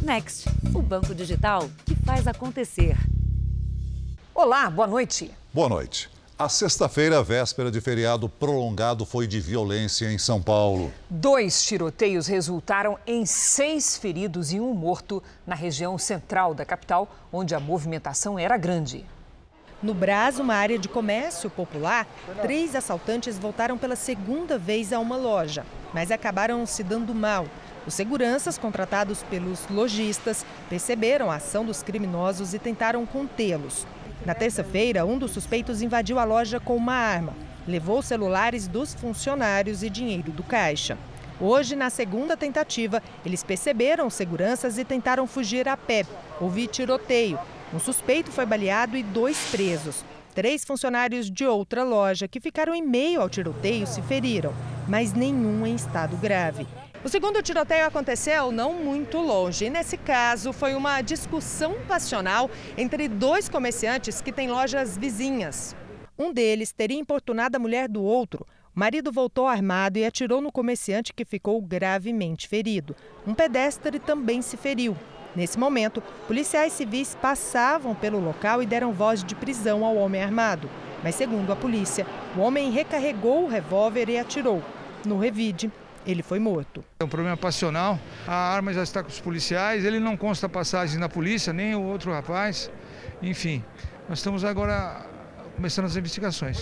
Next, o banco digital que faz acontecer. Olá, boa noite. Boa noite. A sexta-feira, véspera de feriado prolongado, foi de violência em São Paulo. 2 tiroteios resultaram em 6 feridos e 1 morto na região central da capital, onde a movimentação era grande. No Brás, uma área de comércio popular, 3 assaltantes voltaram pela segunda vez a uma loja, mas acabaram se dando mal. Os seguranças, contratados pelos lojistas, perceberam a ação dos criminosos e tentaram contê-los. Na terça-feira, um dos suspeitos invadiu a loja com uma arma. Levou celulares dos funcionários e dinheiro do caixa. Hoje, na segunda tentativa, eles perceberam os seguranças e tentaram fugir a pé. Houve tiroteio. Um suspeito foi baleado e 2 presos. 3 funcionários de outra loja que ficaram em meio ao tiroteio se feriram, mas nenhum em estado grave. O segundo tiroteio aconteceu não muito longe. Nesse caso, foi uma discussão passional entre 2 comerciantes que têm lojas vizinhas. Um deles teria importunado a mulher do outro. O marido voltou armado e atirou no comerciante, que ficou gravemente ferido. Um pedestre também se feriu. Nesse momento, policiais civis passavam pelo local e deram voz de prisão ao homem armado. Mas, segundo a polícia, o homem recarregou o revólver e atirou. No revide, ele foi morto. É um problema passional, a arma já está com os policiais, ele não consta passagem na polícia, nem o outro rapaz. Enfim, nós estamos agora começando as investigações.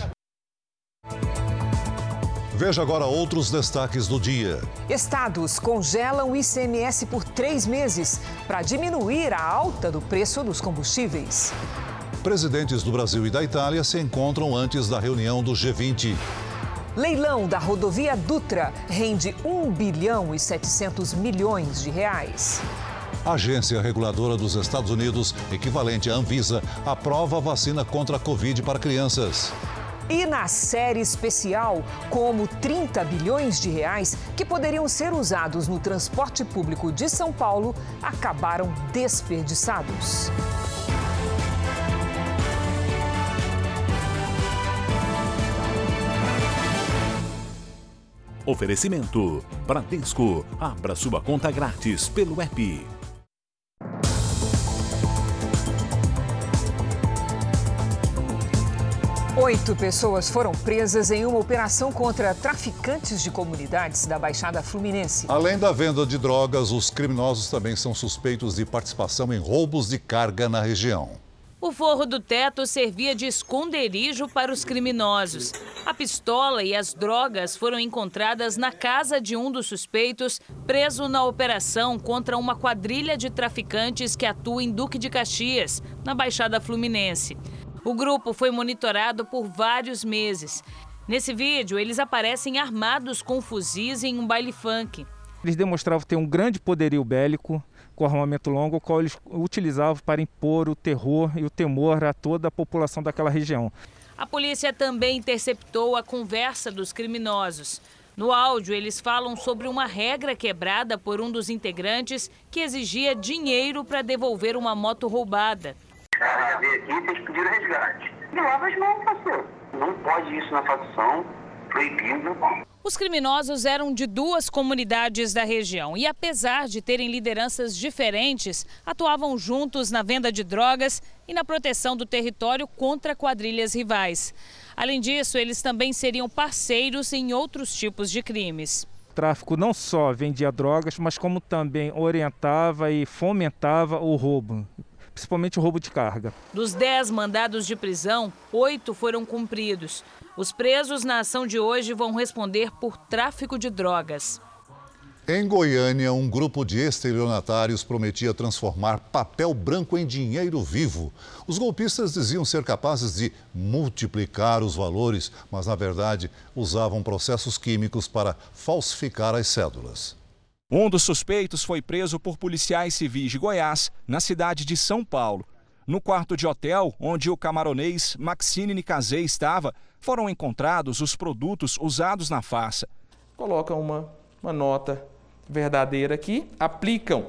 Veja agora outros destaques do dia. Estados congelam o ICMS por 3 meses para diminuir a alta do preço dos combustíveis. Presidentes do Brasil e da Itália se encontram antes da reunião do G20. Leilão da rodovia Dutra rende 1 bilhão e 700 milhões de reais. A agência reguladora dos Estados Unidos, equivalente à Anvisa, aprova a vacina contra a Covid para crianças. E na série especial, como 30 bilhões de reais que poderiam ser usados no transporte público de São Paulo acabaram desperdiçados. Oferecimento: Bradesco. Abra sua conta grátis pelo app. Oito pessoas foram presas em uma operação contra traficantes de comunidades da Baixada Fluminense. Além da venda de drogas, os criminosos também são suspeitos de participação em roubos de carga na região. O forro do teto servia de esconderijo para os criminosos. A pistola e as drogas foram encontradas na casa de um dos suspeitos, preso na operação contra uma quadrilha de traficantes que atua em Duque de Caxias, na Baixada Fluminense. O grupo foi monitorado por vários meses. Nesse vídeo, eles aparecem armados com fuzis em um baile funk. Eles demonstravam ter um grande poderio bélico, com armamento longo, o qual eles utilizavam para impor o terror e o temor a toda a população daquela região. A polícia também interceptou a conversa dos criminosos. No áudio, eles falam sobre uma regra quebrada por um dos integrantes que exigia dinheiro para devolver uma moto roubada. Já veio aqui, vocês pediram resgate. E lava as mãos, parceiro. Não pode isso na facção, proibido. Os criminosos eram de 2 comunidades da região e, apesar de terem lideranças diferentes, atuavam juntos na venda de drogas e na proteção do território contra quadrilhas rivais. Além disso, eles também seriam parceiros em outros tipos de crimes. O tráfico não só vendia drogas, mas como também orientava e fomentava o roubo, principalmente o roubo de carga. Dos 10 mandados de prisão, 8 foram cumpridos. Os presos na ação de hoje vão responder por tráfico de drogas. Em Goiânia, um grupo de estelionatários prometia transformar papel branco em dinheiro vivo. Os golpistas diziam ser capazes de multiplicar os valores, mas, na verdade, usavam processos químicos para falsificar as cédulas. Um dos suspeitos foi preso por policiais civis de Goiás, na cidade de São Paulo. No quarto de hotel, onde o camaronês Maxine Nicazé estava, foram encontrados os produtos usados na farsa. Colocam uma nota verdadeira aqui, aplicam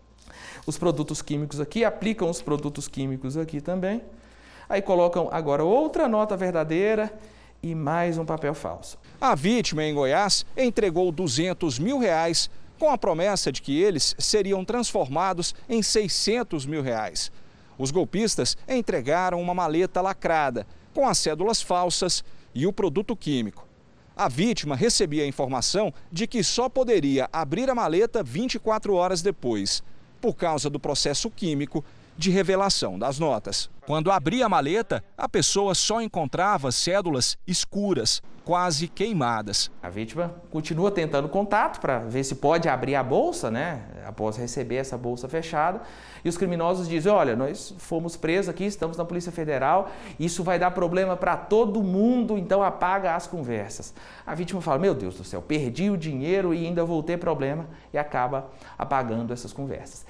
os produtos químicos aqui, aplicam os produtos químicos aqui também. Aí colocam agora outra nota verdadeira e mais um papel falso. A vítima, em Goiás, entregou R$200 mil com a promessa de que eles seriam transformados em R$600 mil. Os golpistas entregaram uma maleta lacrada, com as cédulas falsas e o produto químico. A vítima recebia a informação de que só poderia abrir a maleta 24 horas depois, por causa do processo químico de revelação das notas. Quando abria a maleta, a pessoa só encontrava cédulas escuras, quase queimadas. A vítima continua tentando contato para ver se pode abrir a bolsa, né? Após receber essa bolsa fechada. E os criminosos dizem, olha, nós fomos presos aqui, estamos na Polícia Federal, isso vai dar problema para todo mundo, então apaga as conversas. A vítima fala, meu Deus do céu, perdi o dinheiro e ainda vou ter problema, e acaba apagando essas conversas.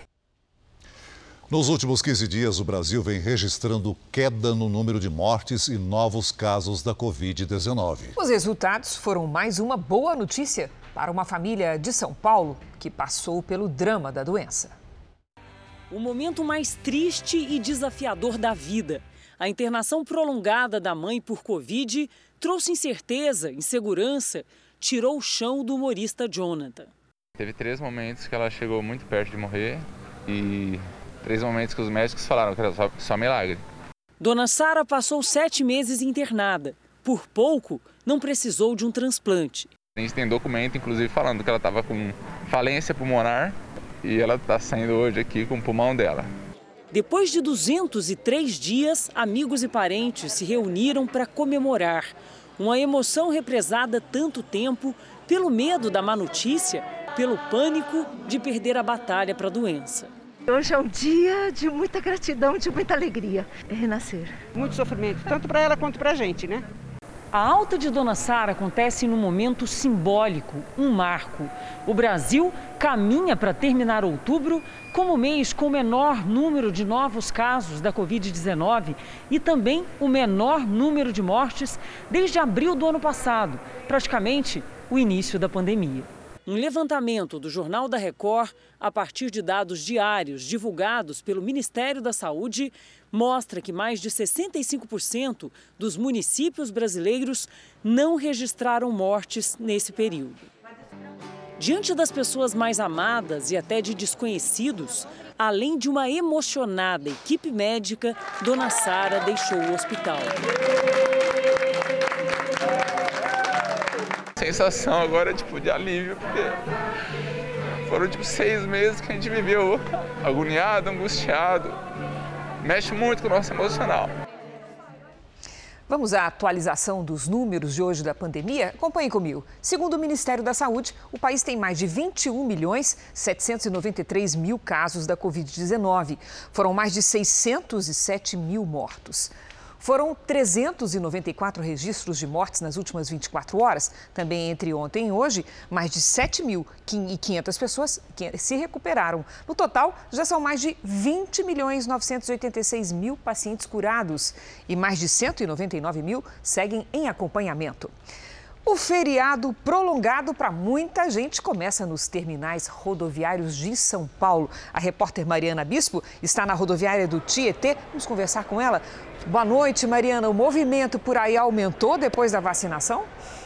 Nos últimos 15 dias, o Brasil vem registrando queda no número de mortes e novos casos da Covid-19. Os resultados foram mais uma boa notícia para uma família de São Paulo que passou pelo drama da doença. O momento mais triste e desafiador da vida. A internação prolongada da mãe por Covid trouxe incerteza, insegurança, tirou o chão do humorista Jonathan. Teve 3 momentos que ela chegou muito perto de morrer e 3 momentos que os médicos falaram que era só milagre. Dona Sara passou 7 meses internada. Por pouco, não precisou de um transplante. A gente tem documento, inclusive, falando que ela estava com falência pulmonar e ela está saindo hoje aqui com o pulmão dela. Depois de 203 dias, amigos e parentes se reuniram para comemorar. Uma emoção represada tanto tempo pelo medo da má notícia, pelo pânico de perder a batalha para a doença. Hoje é um dia de muita gratidão, de muita alegria. É renascer. Muito sofrimento, tanto para ela quanto para a gente, né? A alta de Dona Sara acontece num momento simbólico, um marco. O Brasil caminha para terminar outubro como o mês com o menor número de novos casos da Covid-19 e também o menor número de mortes desde abril do ano passado, praticamente o início da pandemia. Um levantamento do Jornal da Record, a partir de dados diários divulgados pelo Ministério da Saúde, mostra que mais de 65% dos municípios brasileiros não registraram mortes nesse período. Diante das pessoas mais amadas e até de desconhecidos, além de uma emocionada equipe médica, Dona Sara deixou o hospital. Sensação agora de alívio, porque foram 6 meses que a gente viveu agoniado, angustiado. Mexe muito com o nosso emocional. Vamos à atualização dos números de hoje da pandemia? Acompanhe comigo. Segundo o Ministério da Saúde, o país tem mais de 21.793.000 casos da Covid-19. Foram mais de 607 mil mortos. Foram 394 registros de mortes nas últimas 24 horas. Também entre ontem e hoje, mais de 7.500 pessoas se recuperaram. No total, já são mais de 20.986.000 pacientes curados e mais de 199 mil seguem em acompanhamento. O feriado prolongado para muita gente começa nos terminais rodoviários de São Paulo. A repórter Mariana Bispo está na rodoviária do Tietê. Vamos conversar com ela. Boa noite, Mariana. O movimento por aí aumentou depois da vacinação?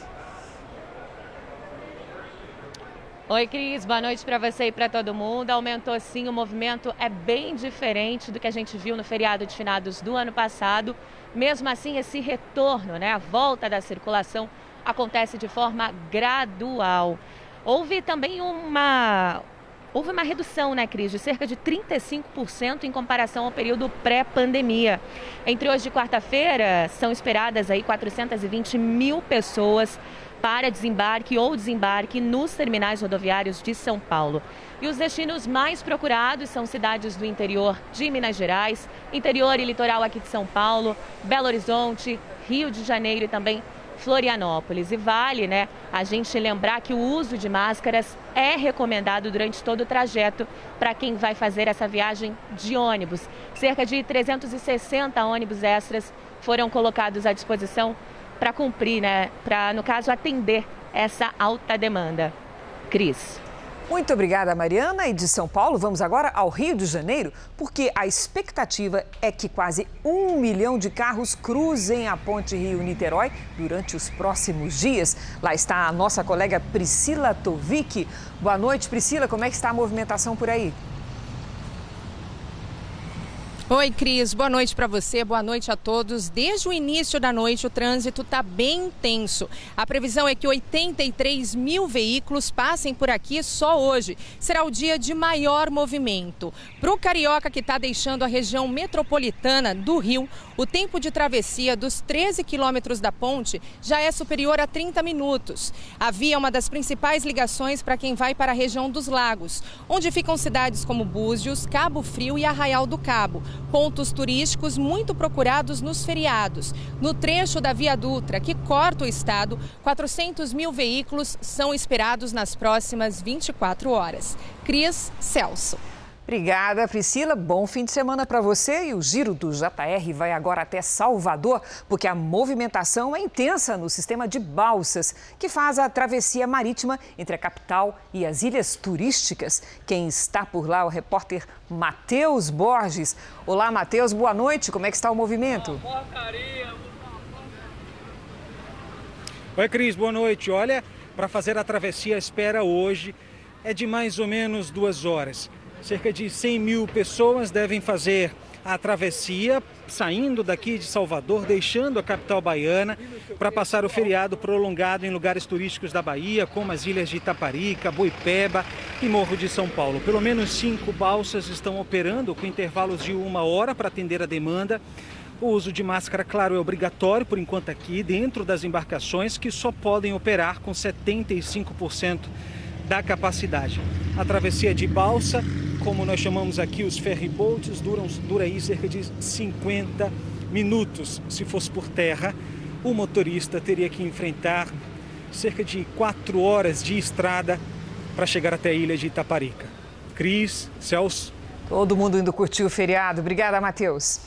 Oi, Cris. Boa noite para você e para todo mundo. Aumentou sim, o movimento é bem diferente do que a gente viu no feriado de finados do ano passado. Mesmo assim, esse retorno, a volta da circulação acontece de forma gradual. Houve também uma redução, Cris, de cerca de 35% em comparação ao período pré-pandemia. Entre hoje e quarta-feira, são esperadas aí 420 mil pessoas para desembarque ou desembarque nos terminais rodoviários de São Paulo. E os destinos mais procurados são cidades do interior de Minas Gerais, interior e litoral aqui de São Paulo, Belo Horizonte, Rio de Janeiro e também Florianópolis. E vale, a gente lembrar que o uso de máscaras é recomendado durante todo o trajeto para quem vai fazer essa viagem de ônibus. Cerca de 360 ônibus extras foram colocados à disposição para cumprir, para, no caso, atender essa alta demanda. Cris. Muito obrigada, Mariana. E de São Paulo, vamos agora ao Rio de Janeiro, porque a expectativa é que quase 1 milhão de carros cruzem a ponte Rio-Niterói durante os próximos dias. Lá está a nossa colega Priscila Tovic. Boa noite, Priscila. Como é que está a movimentação por aí? Oi, Cris. Boa noite para você, boa noite a todos. Desde o início da noite, o trânsito está bem intenso. A previsão é que 83 mil veículos passem por aqui só hoje. Será o dia de maior movimento. Para o carioca que está deixando a região metropolitana do Rio, o tempo de travessia dos 13 quilômetros da ponte já é superior a 30 minutos. A via é uma das principais ligações para quem vai para a região dos Lagos, onde ficam cidades como Búzios, Cabo Frio e Arraial do Cabo. Pontos turísticos muito procurados nos feriados. No trecho da Via Dutra, que corta o estado, 400 mil veículos são esperados nas próximas 24 horas. Cris, Celso. Obrigada, Priscila. Bom fim de semana para você. E o Giro do JR vai agora até Salvador, porque a movimentação é intensa no sistema de balsas, que faz a travessia marítima entre a capital e as ilhas turísticas. Quem está por lá é o repórter Matheus Borges. Olá, Matheus, boa noite. Como é que está o movimento? Oi, Cris, boa noite. Olha, para fazer a travessia, a espera hoje é de mais ou menos 2 horas. Cerca de 100 mil pessoas devem fazer a travessia, saindo daqui de Salvador, deixando a capital baiana, para passar o feriado prolongado em lugares turísticos da Bahia, como as ilhas de Itaparica, Boipeba e Morro de São Paulo. Pelo menos 5 balsas estão operando com intervalos de 1 hora para atender a demanda. O uso de máscara, claro, é obrigatório por enquanto aqui, dentro das embarcações, que só podem operar com 75% da capacidade. A travessia de balsa, como nós chamamos aqui os ferryboats, dura aí cerca de 50 minutos. Se fosse por terra, o motorista teria que enfrentar cerca de 4 horas de estrada para chegar até a ilha de Itaparica. Cris, Celso. Todo mundo indo curtir o feriado. Obrigada, Matheus.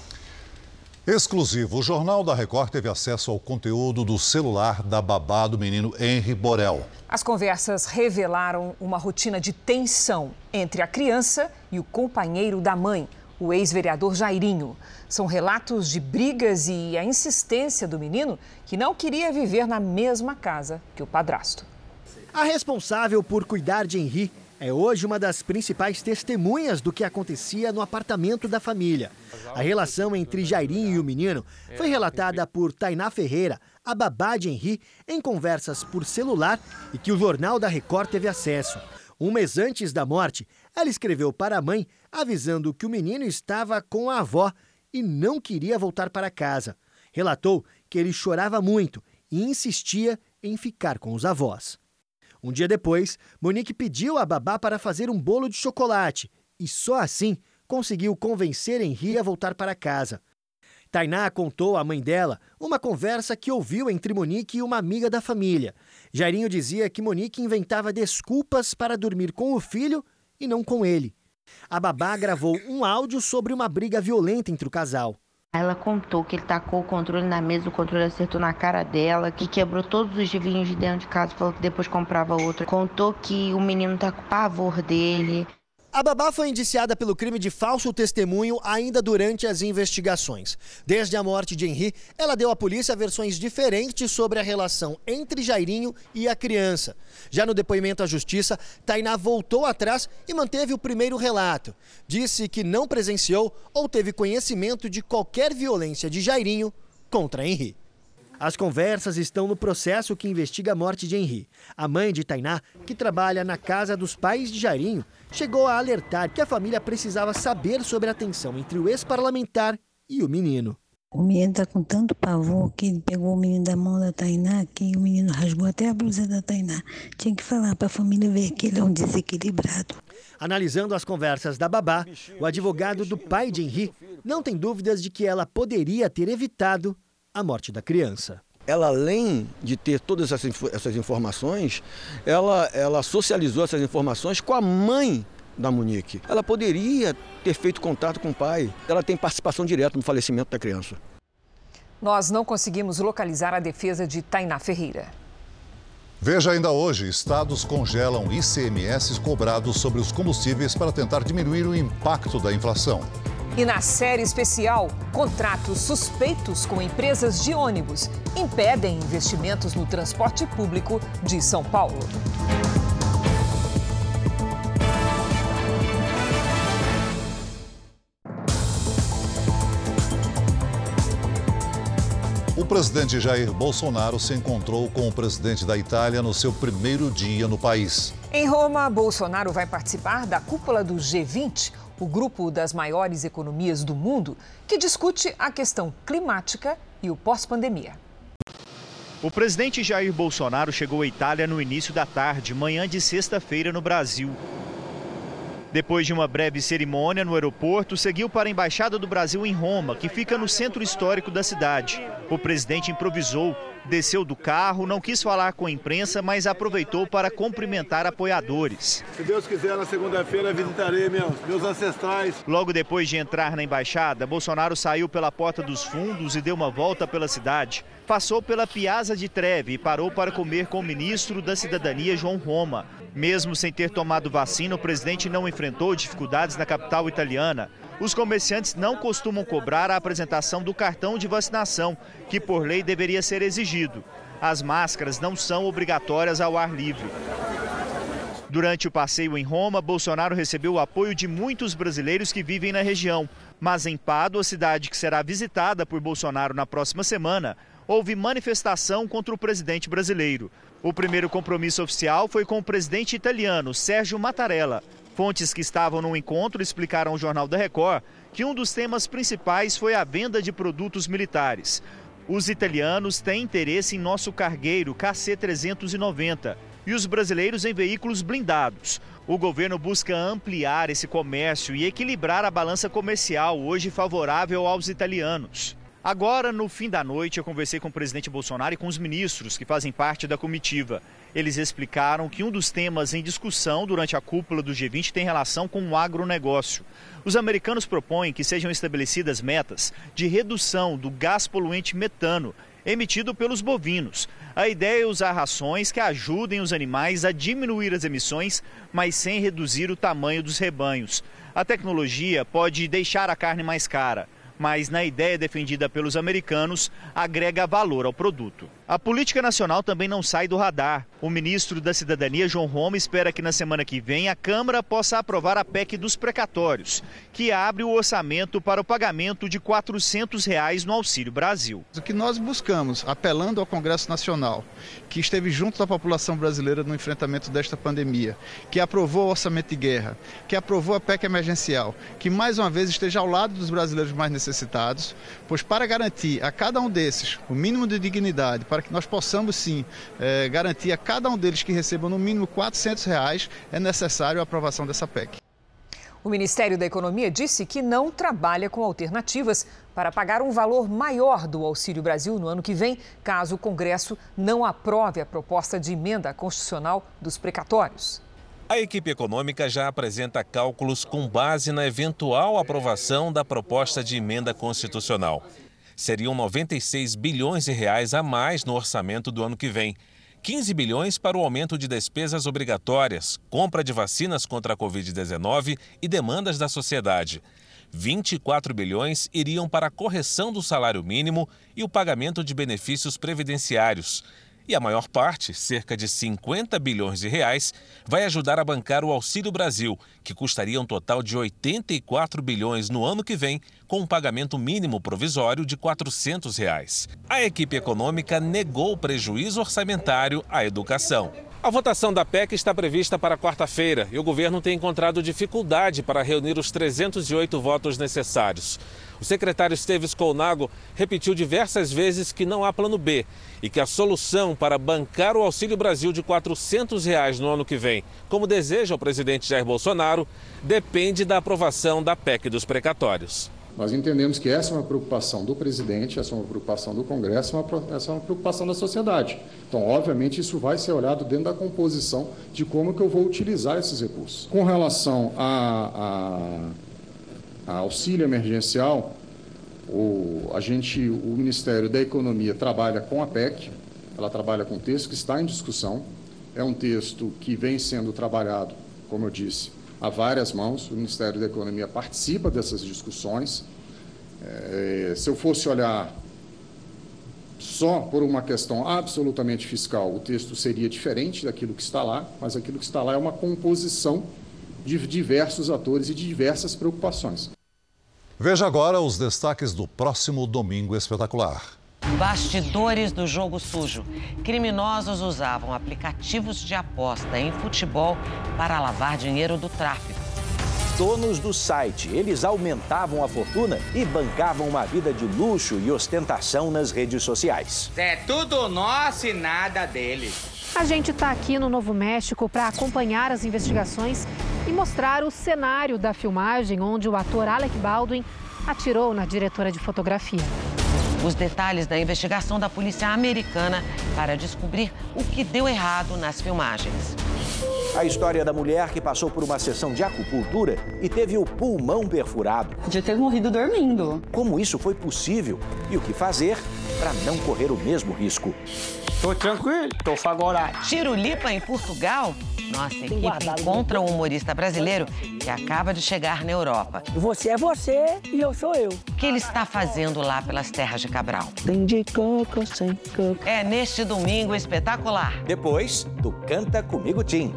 Exclusivo. O Jornal da Record teve acesso ao conteúdo do celular da babá do menino Henry Borel. As conversas revelaram uma rotina de tensão entre a criança e o companheiro da mãe, o ex-vereador Jairinho. São relatos de brigas e a insistência do menino, que não queria viver na mesma casa que o padrasto. A responsável por cuidar de Henry é hoje uma das principais testemunhas do que acontecia no apartamento da família. A relação entre Jairinho e o menino foi relatada por Tainá Ferreira, a babá de Henry, em conversas por celular e que o Jornal da Record teve acesso. Um mês antes da morte, ela escreveu para a mãe avisando que o menino estava com a avó e não queria voltar para casa. Relatou que ele chorava muito e insistia em ficar com os avós. Um dia depois, Monique pediu à babá para fazer um bolo de chocolate e só assim conseguiu convencer Henry a voltar para casa. Tainá contou à mãe dela uma conversa que ouviu entre Monique e uma amiga da família. Jairinho dizia que Monique inventava desculpas para dormir com o filho e não com ele. A babá gravou um áudio sobre uma briga violenta entre o casal. Ela contou que ele tacou o controle na mesa, o controle acertou na cara dela, que quebrou todos os vidrinhos de dentro de casa, falou que depois comprava outro. Contou que o menino tá com pavor dele. A babá foi indiciada pelo crime de falso testemunho ainda durante as investigações. Desde a morte de Henry, ela deu à polícia versões diferentes sobre a relação entre Jairinho e a criança. Já no depoimento à justiça, Tainá voltou atrás e manteve o primeiro relato. Disse que não presenciou ou teve conhecimento de qualquer violência de Jairinho contra Henry. As conversas estão no processo que investiga a morte de Henry. A mãe de Tainá, que trabalha na casa dos pais de Jairinho, chegou a alertar que a família precisava saber sobre a tensão entre o ex-parlamentar e o menino. O menino está com tanto pavor que ele pegou o menino da mão da Tainá, que o menino rasgou até a blusa da Tainá. Tinha que falar para a família ver que ele é um desequilibrado. Analisando as conversas da babá, o advogado do pai de Henry não tem dúvidas de que ela poderia ter evitado a morte da criança. Ela, além de ter todas essas informações, ela socializou essas informações com a mãe da Monique. Ela poderia ter feito contato com o pai. Ela tem participação direta no falecimento da criança. Nós não conseguimos localizar a defesa de Tainá Ferreira. Veja ainda hoje, estados congelam ICMS cobrados sobre os combustíveis para tentar diminuir o impacto da inflação. E na série especial, contratos suspeitos com empresas de ônibus impedem investimentos no transporte público de São Paulo. O presidente Jair Bolsonaro se encontrou com o presidente da Itália no seu primeiro dia no país. Em Roma, Bolsonaro vai participar da cúpula do G20, o grupo das maiores economias do mundo, que discute a questão climática e o pós-pandemia. O presidente Jair Bolsonaro chegou à Itália no início da tarde, manhã de sexta-feira no Brasil. Depois de uma breve cerimônia no aeroporto, seguiu para a Embaixada do Brasil em Roma, que fica no centro histórico da cidade. O presidente improvisou, desceu do carro, não quis falar com a imprensa, mas aproveitou para cumprimentar apoiadores. Se Deus quiser, na segunda-feira visitarei meus ancestrais. Logo depois de entrar na embaixada, Bolsonaro saiu pela Porta dos Fundos e deu uma volta pela cidade. Passou pela Piazza di Trevi e parou para comer com o ministro da Cidadania, João Roma. Mesmo sem ter tomado vacina, o presidente não enfrentou dificuldades na capital italiana. Os comerciantes não costumam cobrar a apresentação do cartão de vacinação, que por lei deveria ser exigido. As máscaras não são obrigatórias ao ar livre. Durante o passeio em Roma, Bolsonaro recebeu o apoio de muitos brasileiros que vivem na região. Mas em Pádua, cidade que será visitada por Bolsonaro na próxima semana, houve manifestação contra o presidente brasileiro. O primeiro compromisso oficial foi com o presidente italiano, Sérgio Mattarella. Fontes que estavam no encontro explicaram ao Jornal da Record que um dos temas principais foi a venda de produtos militares. Os italianos têm interesse em nosso cargueiro KC-390 e os brasileiros em veículos blindados. O governo busca ampliar esse comércio e equilibrar a balança comercial, hoje favorável aos italianos. Agora, no fim da noite, eu conversei com o presidente Bolsonaro e com os ministros que fazem parte da comitiva. Eles explicaram que um dos temas em discussão durante a cúpula do G20 tem relação com o agronegócio. Os americanos propõem que sejam estabelecidas metas de redução do gás poluente metano emitido pelos bovinos. A ideia é usar rações que ajudem os animais a diminuir as emissões, mas sem reduzir o tamanho dos rebanhos. A tecnologia pode deixar a carne mais cara, mas na ideia defendida pelos americanos, agrega valor ao produto. A política nacional também não sai do radar. O ministro da Cidadania, João Roma, espera que na semana que vem a Câmara possa aprovar a PEC dos precatórios, que abre o orçamento para o pagamento de R$ 400 no Auxílio Brasil. O que nós buscamos, apelando ao Congresso Nacional, que esteve junto da população brasileira no enfrentamento desta pandemia, que aprovou o orçamento de guerra, que aprovou a PEC emergencial, que mais uma vez esteja ao lado dos brasileiros mais necessitados, pois para garantir a cada um desses o mínimo de dignidade, para que nós possamos sim garantir a cada um deles que recebam no mínimo R$ 400, é necessário a aprovação dessa PEC. O Ministério da Economia disse que não trabalha com alternativas para pagar um valor maior do Auxílio Brasil no ano que vem, caso o Congresso não aprove a proposta de emenda constitucional dos precatórios. A equipe econômica já apresenta cálculos com base na eventual aprovação da proposta de emenda constitucional. Seriam 96 bilhões de reais a mais no orçamento do ano que vem. 15 bilhões para o aumento de despesas obrigatórias, compra de vacinas contra a Covid-19 e demandas da sociedade. 24 bilhões iriam para a correção do salário mínimo e o pagamento de benefícios previdenciários. E a maior parte, cerca de 50 bilhões de reais, vai ajudar a bancar o Auxílio Brasil, que custaria um total de 84 bilhões no ano que vem, com um pagamento mínimo provisório de R$ 400. A equipe econômica negou o prejuízo orçamentário à educação. A votação da PEC está prevista para quarta-feira e o governo tem encontrado dificuldade para reunir os 308 votos necessários. O secretário Esteves Colnago repetiu diversas vezes que não há plano B e que a solução para bancar o Auxílio Brasil de R$ 400 no ano que vem, como deseja o presidente Jair Bolsonaro, depende da aprovação da PEC dos precatórios. Nós entendemos que essa é uma preocupação do presidente, essa é uma preocupação do Congresso, essa é uma preocupação da sociedade. Então, obviamente, isso vai ser olhado dentro da composição de como que eu vou utilizar esses recursos. Com relação a auxílio emergencial, o Ministério da Economia trabalha com a PEC, ela trabalha com o texto que está em discussão. É um texto que vem sendo trabalhado, como eu disse, a várias mãos. O Ministério da Economia participa dessas discussões. Se eu fosse olhar só por uma questão absolutamente fiscal, o texto seria diferente daquilo que está lá, mas aquilo que está lá é uma composição de diversos atores e de diversas preocupações. Veja agora os destaques do próximo Domingo Espetacular. Bastidores do jogo sujo. Criminosos usavam aplicativos de aposta em futebol para lavar dinheiro do tráfico. Donos do site, eles aumentavam a fortuna e bancavam uma vida de luxo e ostentação nas redes sociais. É tudo nosso e nada deles. A gente está aqui no Novo México para acompanhar as investigações e mostrar o cenário da filmagem onde o ator Alec Baldwin atirou na diretora de fotografia. Os detalhes da investigação da polícia americana para descobrir o que deu errado nas filmagens. A história da mulher que passou por uma sessão de acupuntura e teve o pulmão perfurado. Podia ter morrido dormindo. Como isso foi possível e o que fazer para não correr o mesmo risco. Tô tranquilo, tô favorável. Tirulipa em Portugal? Nossa equipe encontra um humorista brasileiro que acaba de chegar na Europa. Você é você e eu sou eu. O que ele está fazendo lá pelas terras de Cabral? Tem de coco, sem coco. É neste Domingo Espetacular. Depois do Canta Comigo Tim.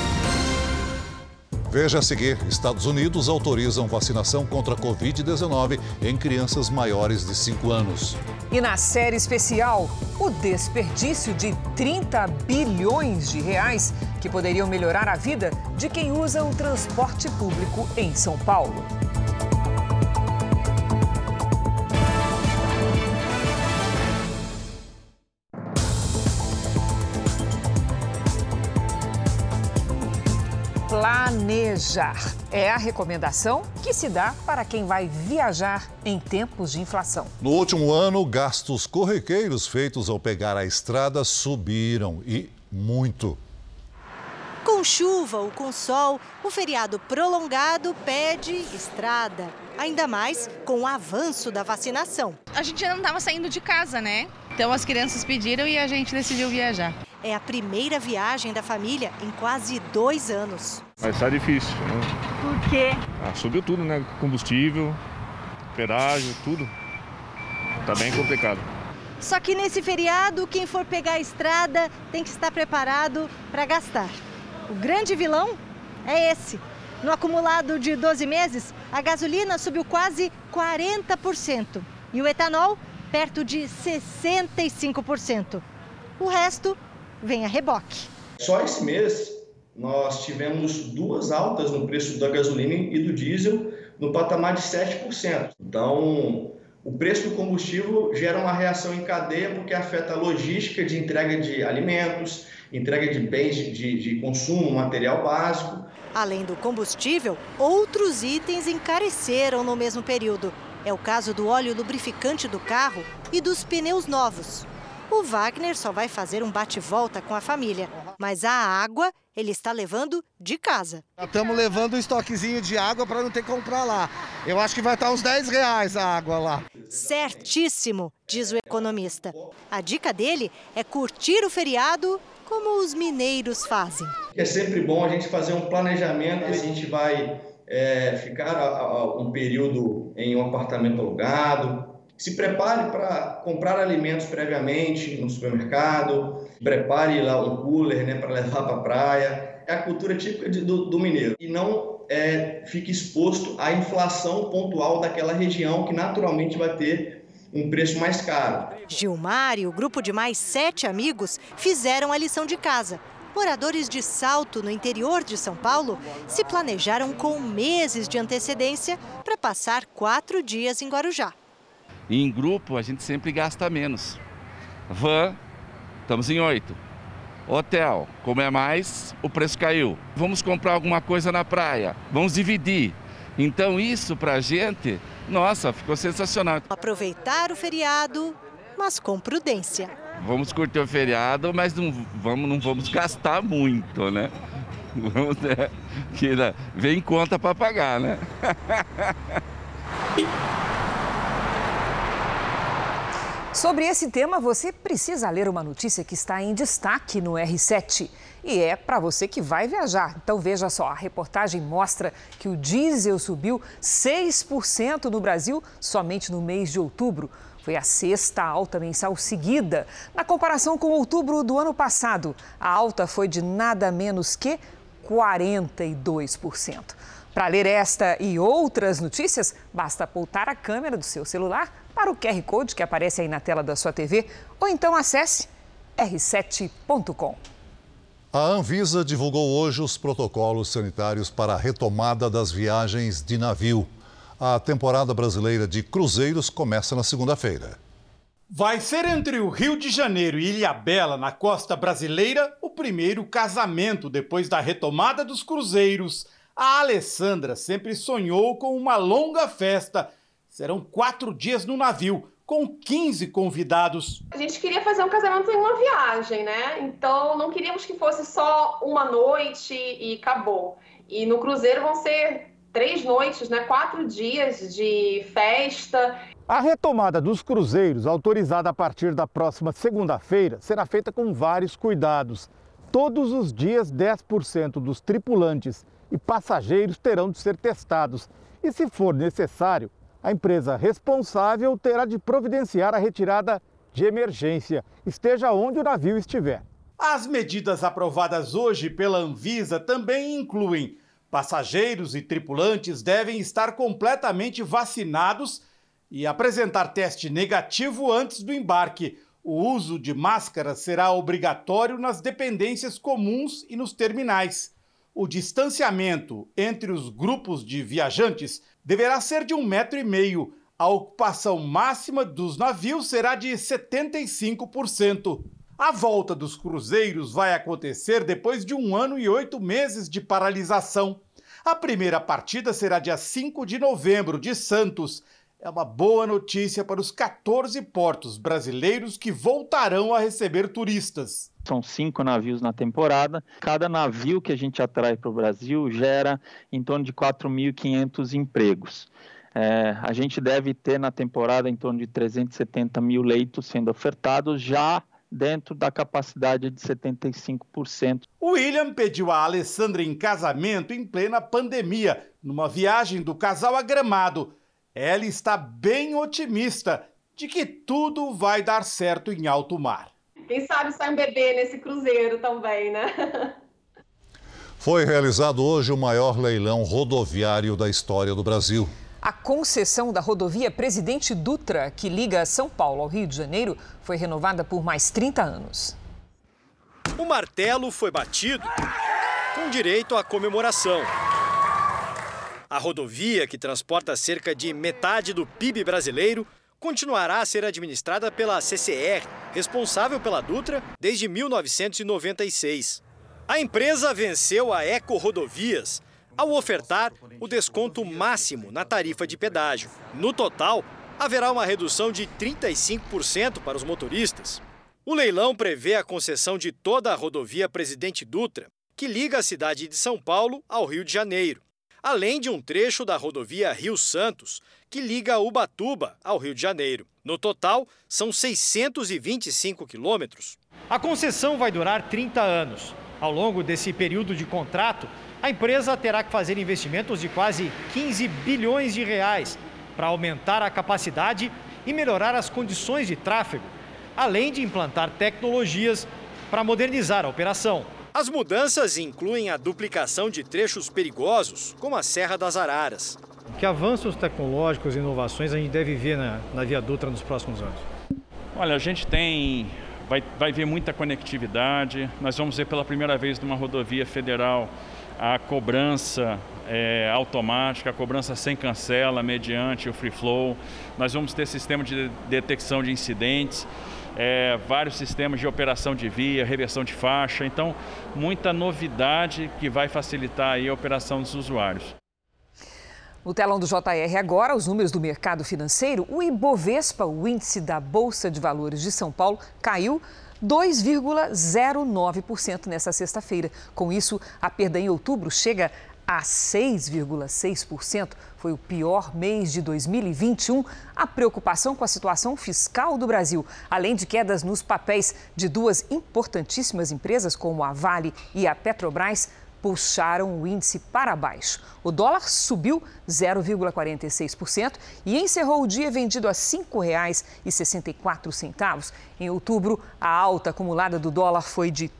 Veja a seguir, Estados Unidos autorizam vacinação contra a Covid-19 em crianças maiores de 5 anos. E na série especial, o desperdício de 30 bilhões de reais que poderiam melhorar a vida de quem usa o transporte público em São Paulo. Planejar é a recomendação que se dá para quem vai viajar em tempos de inflação. No último ano, gastos corriqueiros feitos ao pegar a estrada subiram e muito. Com chuva ou com sol, o feriado prolongado pede estrada. Ainda mais com o avanço da vacinação. A gente ainda não estava saindo de casa, né? Então as crianças pediram e a gente decidiu viajar. É a primeira viagem da família em quase 2 anos. Mas tá difícil, né? Por quê? Subiu tudo, né? Combustível, pedágio, tudo. Tá bem complicado. Só que nesse feriado, quem for pegar a estrada tem que estar preparado para gastar. O grande vilão é esse. No acumulado de 12 meses, a gasolina subiu quase 40% e o etanol perto de 65%. O resto vem a reboque. Só esse mês nós tivemos 2 altas no preço da gasolina e do diesel no patamar de 7%. Então, o preço do combustível gera uma reação em cadeia porque afeta a logística de entrega de alimentos, entrega de bens de consumo, material básico. Além do combustível, outros itens encareceram no mesmo período. É o caso do óleo lubrificante do carro e dos pneus novos. O Wagner só vai fazer um bate-volta com a família, mas a água ele está levando de casa. Estamos levando um estoquezinho de água para não ter que comprar lá. Eu acho que vai estar uns R$10 a água lá. Certíssimo, diz o economista. A dica dele é curtir o feriado como os mineiros fazem. É sempre bom a gente fazer um planejamento. A gente vai ficar um período em um apartamento alugado. Se prepare para comprar alimentos previamente no supermercado. Prepare lá um cooler, né, para levar para a praia. É a cultura típica do mineiro. E não fique exposto à inflação pontual daquela região que naturalmente vai ter um preço mais caro. Gilmar e o grupo de mais 7 amigos fizeram a lição de casa. Moradores de Salto, no interior de São Paulo, se planejaram com meses de antecedência para passar 4 dias em Guarujá. Em grupo, a gente sempre gasta menos. Van, estamos em 8. Hotel, como é mais, o preço caiu. Vamos comprar alguma coisa na praia, vamos dividir. Então isso pra gente, nossa, ficou sensacional. Aproveitar o feriado, mas com prudência. Vamos curtir o feriado, mas não vamos gastar muito, né? Que vem conta para pagar, né? Sobre esse tema, você precisa ler uma notícia que está em destaque no R7. E é para você que vai viajar. Então veja só, a reportagem mostra que o diesel subiu 6% no Brasil somente no mês de outubro. Foi a sexta alta mensal seguida. Na comparação com outubro do ano passado, a alta foi de nada menos que 42%. Para ler esta e outras notícias, basta apontar a câmera do seu celular para o QR Code que aparece aí na tela da sua TV ou então acesse r7.com. A Anvisa divulgou hoje os protocolos sanitários para a retomada das viagens de navio. A temporada brasileira de cruzeiros começa na segunda-feira. Vai ser entre o Rio de Janeiro e Ilhabela, na costa brasileira, o primeiro casamento depois da retomada dos cruzeiros. A Alessandra sempre sonhou com uma longa festa. Serão 4 dias no navio, com 15 convidados. A gente queria fazer um casamento em uma viagem, né? Então não queríamos que fosse só uma noite e acabou. E no cruzeiro vão ser 3 noites, né? 4 dias de festa. A retomada dos cruzeiros, autorizada a partir da próxima segunda-feira, será feita com vários cuidados. Todos os dias, 10% dos tripulantes e passageiros terão de ser testados. E, se for necessário, a empresa responsável terá de providenciar a retirada de emergência, esteja onde o navio estiver. As medidas aprovadas hoje pela Anvisa também incluem: passageiros e tripulantes devem estar completamente vacinados e apresentar teste negativo antes do embarque. O uso de máscara será obrigatório nas dependências comuns e nos terminais. O distanciamento entre os grupos de viajantes deverá ser de 1,5 metro. A ocupação máxima dos navios será de 75%. A volta dos cruzeiros vai acontecer depois de 1 ano e 8 meses de paralisação. A primeira partida será dia 5 de novembro, de Santos. É uma boa notícia para os 14 portos brasileiros que voltarão a receber turistas. São 5 navios na temporada. Cada navio que a gente atrai para o Brasil gera em torno de 4.500 empregos. A gente deve ter na temporada em torno de 370 mil leitos sendo ofertados, já dentro da capacidade de 75%. O William pediu a Alessandra em casamento em plena pandemia, numa viagem do casal a Gramado. Ela está bem otimista de que tudo vai dar certo em alto mar. Quem sabe sai um bebê nesse cruzeiro também, né? Foi realizado hoje o maior leilão rodoviário da história do Brasil. A concessão da rodovia Presidente Dutra, que liga São Paulo ao Rio de Janeiro, foi renovada por mais 30 anos. O martelo foi batido com direito à comemoração. A rodovia, que transporta cerca de metade do PIB brasileiro, continuará a ser administrada pela CCR, responsável pela Dutra desde 1996. A empresa venceu a Eco Rodovias ao ofertar o desconto máximo na tarifa de pedágio. No total, haverá uma redução de 35% para os motoristas. O leilão prevê a concessão de toda a rodovia Presidente Dutra, que liga a cidade de São Paulo ao Rio de Janeiro, além de um trecho da rodovia Rio Santos, que liga Ubatuba ao Rio de Janeiro. No total, são 625 quilômetros. A concessão vai durar 30 anos. Ao longo desse período de contrato, a empresa terá que fazer investimentos de quase 15 bilhões de reais para aumentar a capacidade e melhorar as condições de tráfego, além de implantar tecnologias para modernizar a operação. As mudanças incluem a duplicação de trechos perigosos, como a Serra das Araras. Que avanços tecnológicos e inovações a gente deve ver na Via Dutra nos próximos anos? Olha, a gente vai ver muita conectividade. Nós vamos ver pela primeira vez numa rodovia federal a cobrança automática, a cobrança sem cancela, mediante o free flow. Nós vamos ter sistema de detecção de incidentes, vários sistemas de operação de via, reversão de faixa. Então, muita novidade que vai facilitar aí a operação dos usuários. No telão do JR agora, os números do mercado financeiro. O Ibovespa, o índice da Bolsa de Valores de São Paulo, caiu 2,09% nesta sexta-feira. Com isso, a perda em outubro chega a 6,6%. Foi o pior mês de 2021. A preocupação com a situação fiscal do Brasil, além de quedas nos papéis de duas importantíssimas empresas, como a Vale e a Petrobras, puxaram o índice para baixo. O dólar subiu 0,46% e encerrou o dia vendido a R$ 5,64. Em outubro, a alta acumulada do dólar foi de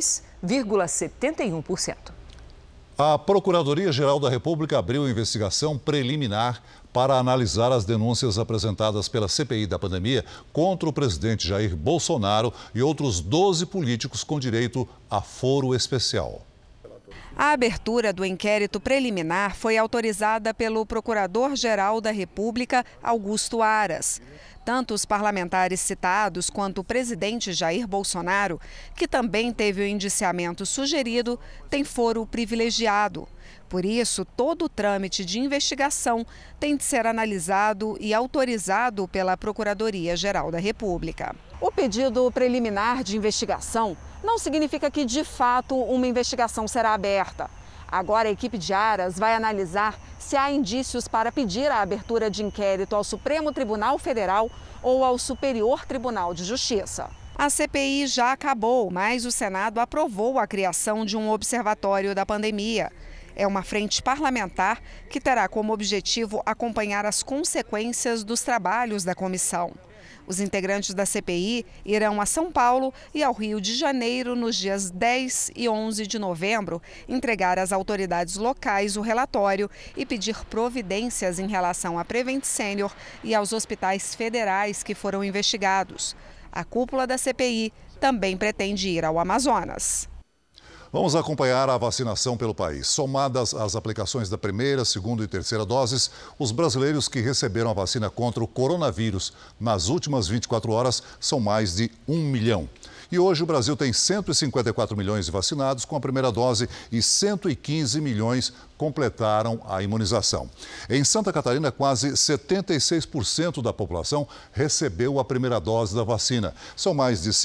3,71%. A Procuradoria-Geral da República abriu investigação preliminar para analisar as denúncias apresentadas pela CPI da pandemia contra o presidente Jair Bolsonaro e outros 12 políticos com direito a foro especial. A abertura do inquérito preliminar foi autorizada pelo Procurador-Geral da República, Augusto Aras. Tanto os parlamentares citados quanto o presidente Jair Bolsonaro, que também teve o indiciamento sugerido, têm foro privilegiado. Por isso, todo o trâmite de investigação tem de ser analisado e autorizado pela Procuradoria-Geral da República. O pedido preliminar de investigação não significa que, de fato, uma investigação será aberta. Agora, a equipe de Aras vai analisar se há indícios para pedir a abertura de inquérito ao Supremo Tribunal Federal ou ao Superior Tribunal de Justiça. A CPI já acabou, mas o Senado aprovou a criação de um observatório da pandemia. É uma frente parlamentar que terá como objetivo acompanhar as consequências dos trabalhos da comissão. Os integrantes da CPI irão a São Paulo e ao Rio de Janeiro nos dias 10 e 11 de novembro, entregar às autoridades locais o relatório e pedir providências em relação à Prevent Senior e aos hospitais federais que foram investigados. A cúpula da CPI também pretende ir ao Amazonas. Vamos acompanhar a vacinação pelo país. Somadas as aplicações da primeira, segunda e terceira doses, os brasileiros que receberam a vacina contra o coronavírus nas últimas 24 horas são mais de 1 milhão. E hoje o Brasil tem 154 milhões de vacinados com a primeira dose e 115 milhões completaram a imunização. Em Santa Catarina, quase 76% da população recebeu a primeira dose da vacina. São mais de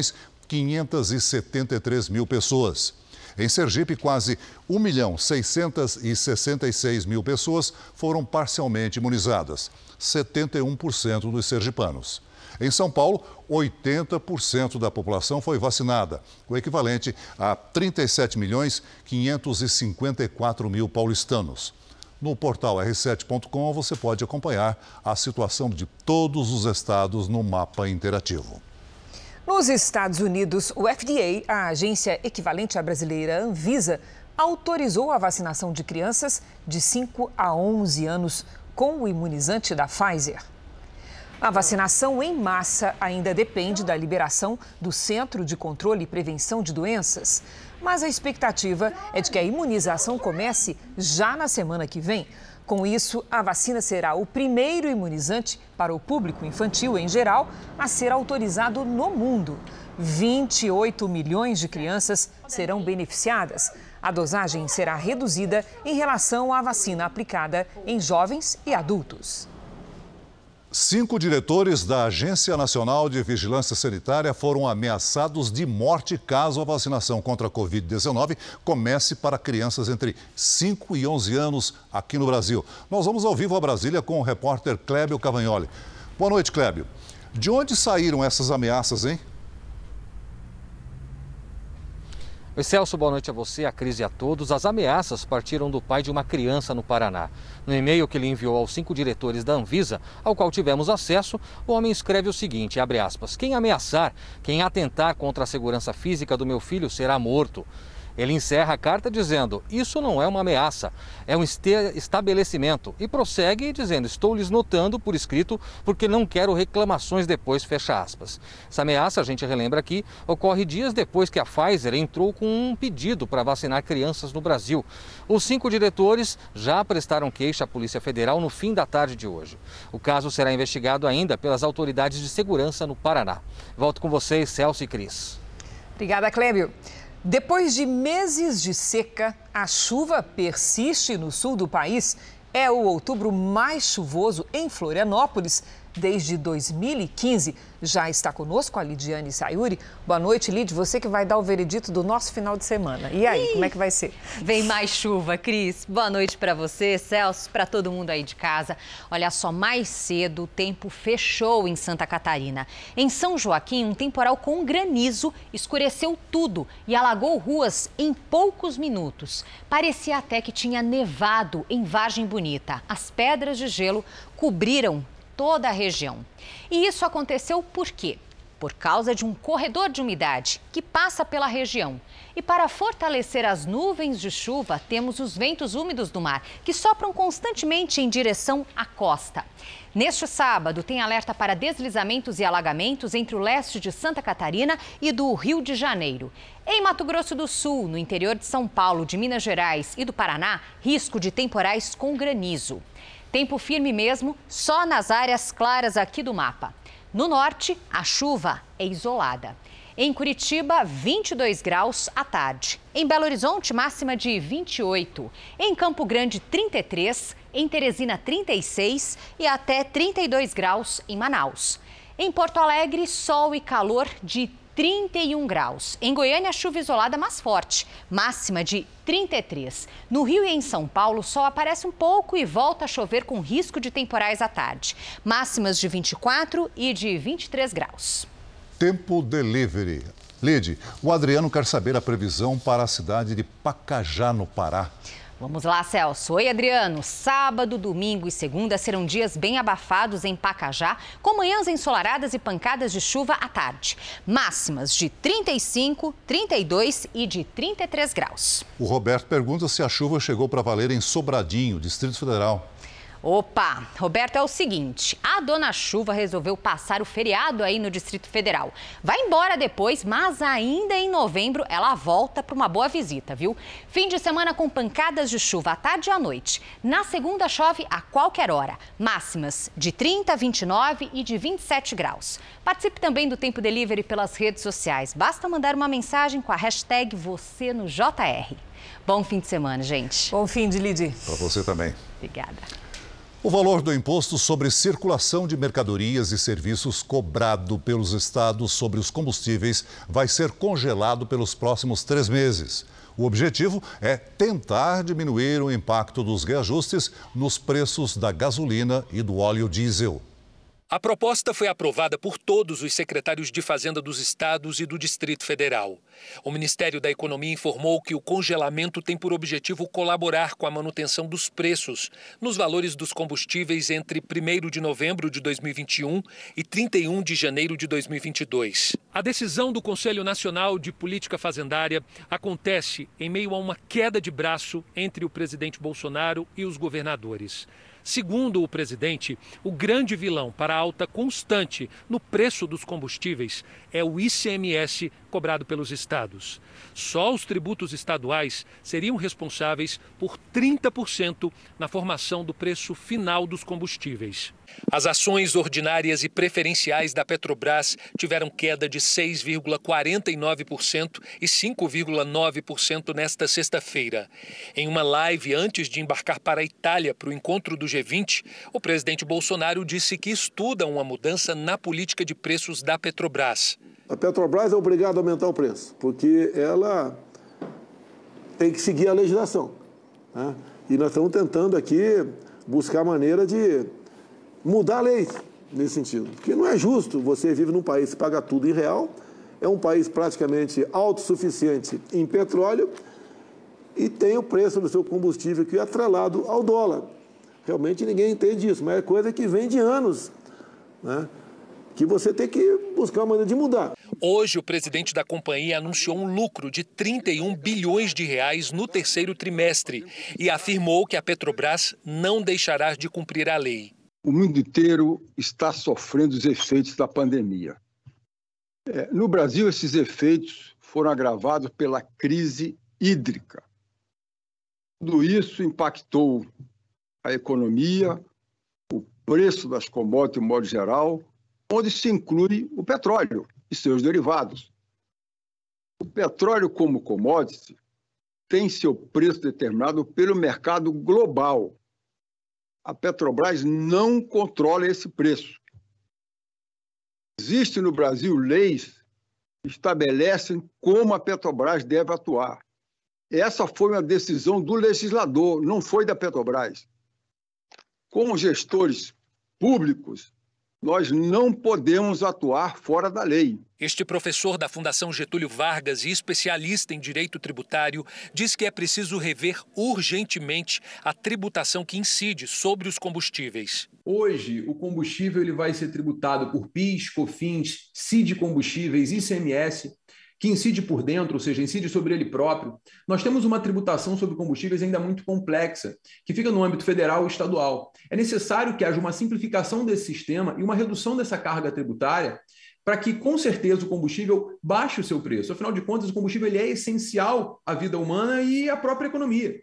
5.573.000 pessoas. Em Sergipe, quase 1.666.000 pessoas foram parcialmente imunizadas, 71% dos sergipanos. Em São Paulo, 80% da população foi vacinada, o equivalente a 37.554.000 paulistanos. No portal r7.com você pode acompanhar a situação de todos os estados no mapa interativo. Nos Estados Unidos, o FDA, a agência equivalente à brasileira Anvisa, autorizou a vacinação de crianças de 5 a 11 anos com o imunizante da Pfizer. A vacinação em massa ainda depende da liberação do Centro de Controle e Prevenção de Doenças, mas a expectativa é de que a imunização comece já na semana que vem. Com isso, a vacina será o primeiro imunizante para o público infantil em geral a ser autorizado no mundo. 28 milhões de crianças serão beneficiadas. A dosagem será reduzida em relação à vacina aplicada em jovens e adultos. 5 diretores da Agência Nacional de Vigilância Sanitária foram ameaçados de morte caso a vacinação contra a Covid-19 comece para crianças entre 5 e 11 anos aqui no Brasil. Nós vamos ao vivo a Brasília com o repórter Clébio Cavagnoli. Boa noite, Clébio. De onde saíram essas ameaças, hein? Oi, Celso, boa noite a você, a Cris e a todos. As ameaças partiram do pai de uma criança no Paraná. No e-mail que ele enviou aos 5 diretores da Anvisa, ao qual tivemos acesso, o homem escreve o seguinte, abre aspas, quem ameaçar, quem atentar contra a segurança física do meu filho será morto. Ele encerra a carta dizendo, isso não é uma ameaça, é um estabelecimento. E prossegue dizendo, estou lhes notando por escrito porque não quero reclamações depois, fecha aspas. Essa ameaça, a gente relembra aqui, ocorre dias depois que a Pfizer entrou com um pedido para vacinar crianças no Brasil. Os 5 diretores já prestaram queixa à Polícia Federal no fim da tarde de hoje. O caso será investigado ainda pelas autoridades de segurança no Paraná. Volto com vocês, Celso e Cris. Obrigada, Clébio. Depois de meses de seca, a chuva persiste no sul do país. É o outubro mais chuvoso em Florianópolis desde 2015. Já está conosco a Lidiane Sayuri. Boa noite, Lid. Você que vai dar o veredito do nosso final de semana. E aí, como é que vai ser? Vem mais chuva, Cris. Boa noite para você, Celso, para todo mundo aí de casa. Olha só, mais cedo o tempo fechou em Santa Catarina. Em São Joaquim, um temporal com granizo escureceu tudo e alagou ruas em poucos minutos. Parecia até que tinha nevado em Vargem Bonita. As pedras de gelo cobriram toda a região. E isso aconteceu por quê? Por causa de um corredor de umidade que passa pela região. E para fortalecer as nuvens de chuva, temos os ventos úmidos do mar, que sopram constantemente em direção à costa. Neste sábado, tem alerta para deslizamentos e alagamentos entre o leste de Santa Catarina e do Rio de Janeiro. Em Mato Grosso do Sul, no interior de São Paulo, de Minas Gerais e do Paraná, risco de temporais com granizo. Tempo firme mesmo, só nas áreas claras aqui do mapa. No norte, a chuva é isolada. Em Curitiba, 22 graus à tarde. Em Belo Horizonte, máxima de 28. Em Campo Grande, 33. Em Teresina, 36 e até 32 graus em Manaus. Em Porto Alegre, sol e calor de 31 graus. Em Goiânia, chuva isolada, mas forte, máxima de 33. No Rio e em São Paulo, o sol aparece um pouco e volta a chover com risco de temporais à tarde. Máximas de 24 e de 23 graus. Tempo delivery. Lide, o Adriano quer saber a previsão para a cidade de Pacajá, no Pará. Vamos lá, Celso. Oi, Adriano. Sábado, domingo e segunda serão dias bem abafados em Pacajá, com manhãs ensolaradas e pancadas de chuva à tarde. Máximas de 35, 32 e de 33 graus. O Roberto pergunta se a chuva chegou para valer em Sobradinho, Distrito Federal. Opa, Roberto, é o seguinte, a dona Chuva resolveu passar o feriado aí no Distrito Federal. Vai embora depois, mas ainda em novembro ela volta para uma boa visita, viu? Fim de semana com pancadas de chuva à tarde e à noite. Na segunda chove a qualquer hora, máximas de 30, 29 e de 27 graus. Participe também do Tempo Delivery pelas redes sociais. Basta mandar uma mensagem com a hashtag #VocênoJR. Bom fim de semana, gente. Bom fim de Lidi. Para você também. Obrigada. O valor do imposto sobre circulação de mercadorias e serviços cobrado pelos estados sobre os combustíveis vai ser congelado pelos próximos 3 meses. O objetivo é tentar diminuir o impacto dos reajustes nos preços da gasolina e do óleo diesel. A proposta foi aprovada por todos os secretários de Fazenda dos estados e do Distrito Federal. O Ministério da Economia informou que o congelamento tem por objetivo colaborar com a manutenção dos preços nos valores dos combustíveis entre 1º de novembro de 2021 e 31 de janeiro de 2022. A decisão do Conselho Nacional de Política Fazendária acontece em meio a uma queda de braço entre o presidente Bolsonaro e os governadores. Segundo o presidente, o grande vilão para a alta constante no preço dos combustíveis é o ICMS cobrado pelos estados. Só os tributos estaduais seriam responsáveis por 30% na formação do preço final dos combustíveis. As ações ordinárias e preferenciais da Petrobras tiveram queda de 6,49% e 5,9% nesta sexta-feira. Em uma live antes de embarcar para a Itália para o encontro do G20, o presidente Bolsonaro disse que estuda uma mudança na política de preços da Petrobras. A Petrobras é obrigada a aumentar o preço, porque ela tem que seguir a legislação, né? E nós estamos tentando aqui buscar maneira de mudar a lei nesse sentido. Porque não é justo, você vive num país que paga tudo em real, é um país praticamente autossuficiente em petróleo e tem o preço do seu combustível que é atrelado ao dólar. Realmente ninguém entende isso, mas é coisa que vem de anos, né? Que você tem que buscar uma maneira de mudar. Hoje, o presidente da companhia anunciou um lucro de 31 bilhões de reais no terceiro trimestre e afirmou que a Petrobras não deixará de cumprir a lei. O mundo inteiro está sofrendo os efeitos da pandemia. No Brasil, esses efeitos foram agravados pela crise hídrica. Tudo isso impactou a economia, o preço das commodities, de modo geral, onde se inclui o petróleo e seus derivados. O petróleo, como commodity, tem seu preço determinado pelo mercado global. A Petrobras não controla esse preço. Existem no Brasil leis que estabelecem como a Petrobras deve atuar. Essa foi uma decisão do legislador, não foi da Petrobras. Como gestores públicos, nós não podemos atuar fora da lei. Este professor da Fundação Getúlio Vargas e especialista em direito tributário diz que é preciso rever urgentemente a tributação que incide sobre os combustíveis. Hoje, o combustível ele vai ser tributado por PIS, COFINS, CID Combustíveis, ICMS, que incide por dentro, ou seja, incide sobre ele próprio. Nós temos uma tributação sobre combustíveis ainda muito complexa, que fica no âmbito federal ou estadual. É necessário que haja uma simplificação desse sistema e uma redução dessa carga tributária para que, com certeza, o combustível baixe o seu preço. Afinal de contas, o combustível ele é essencial à vida humana e à própria economia.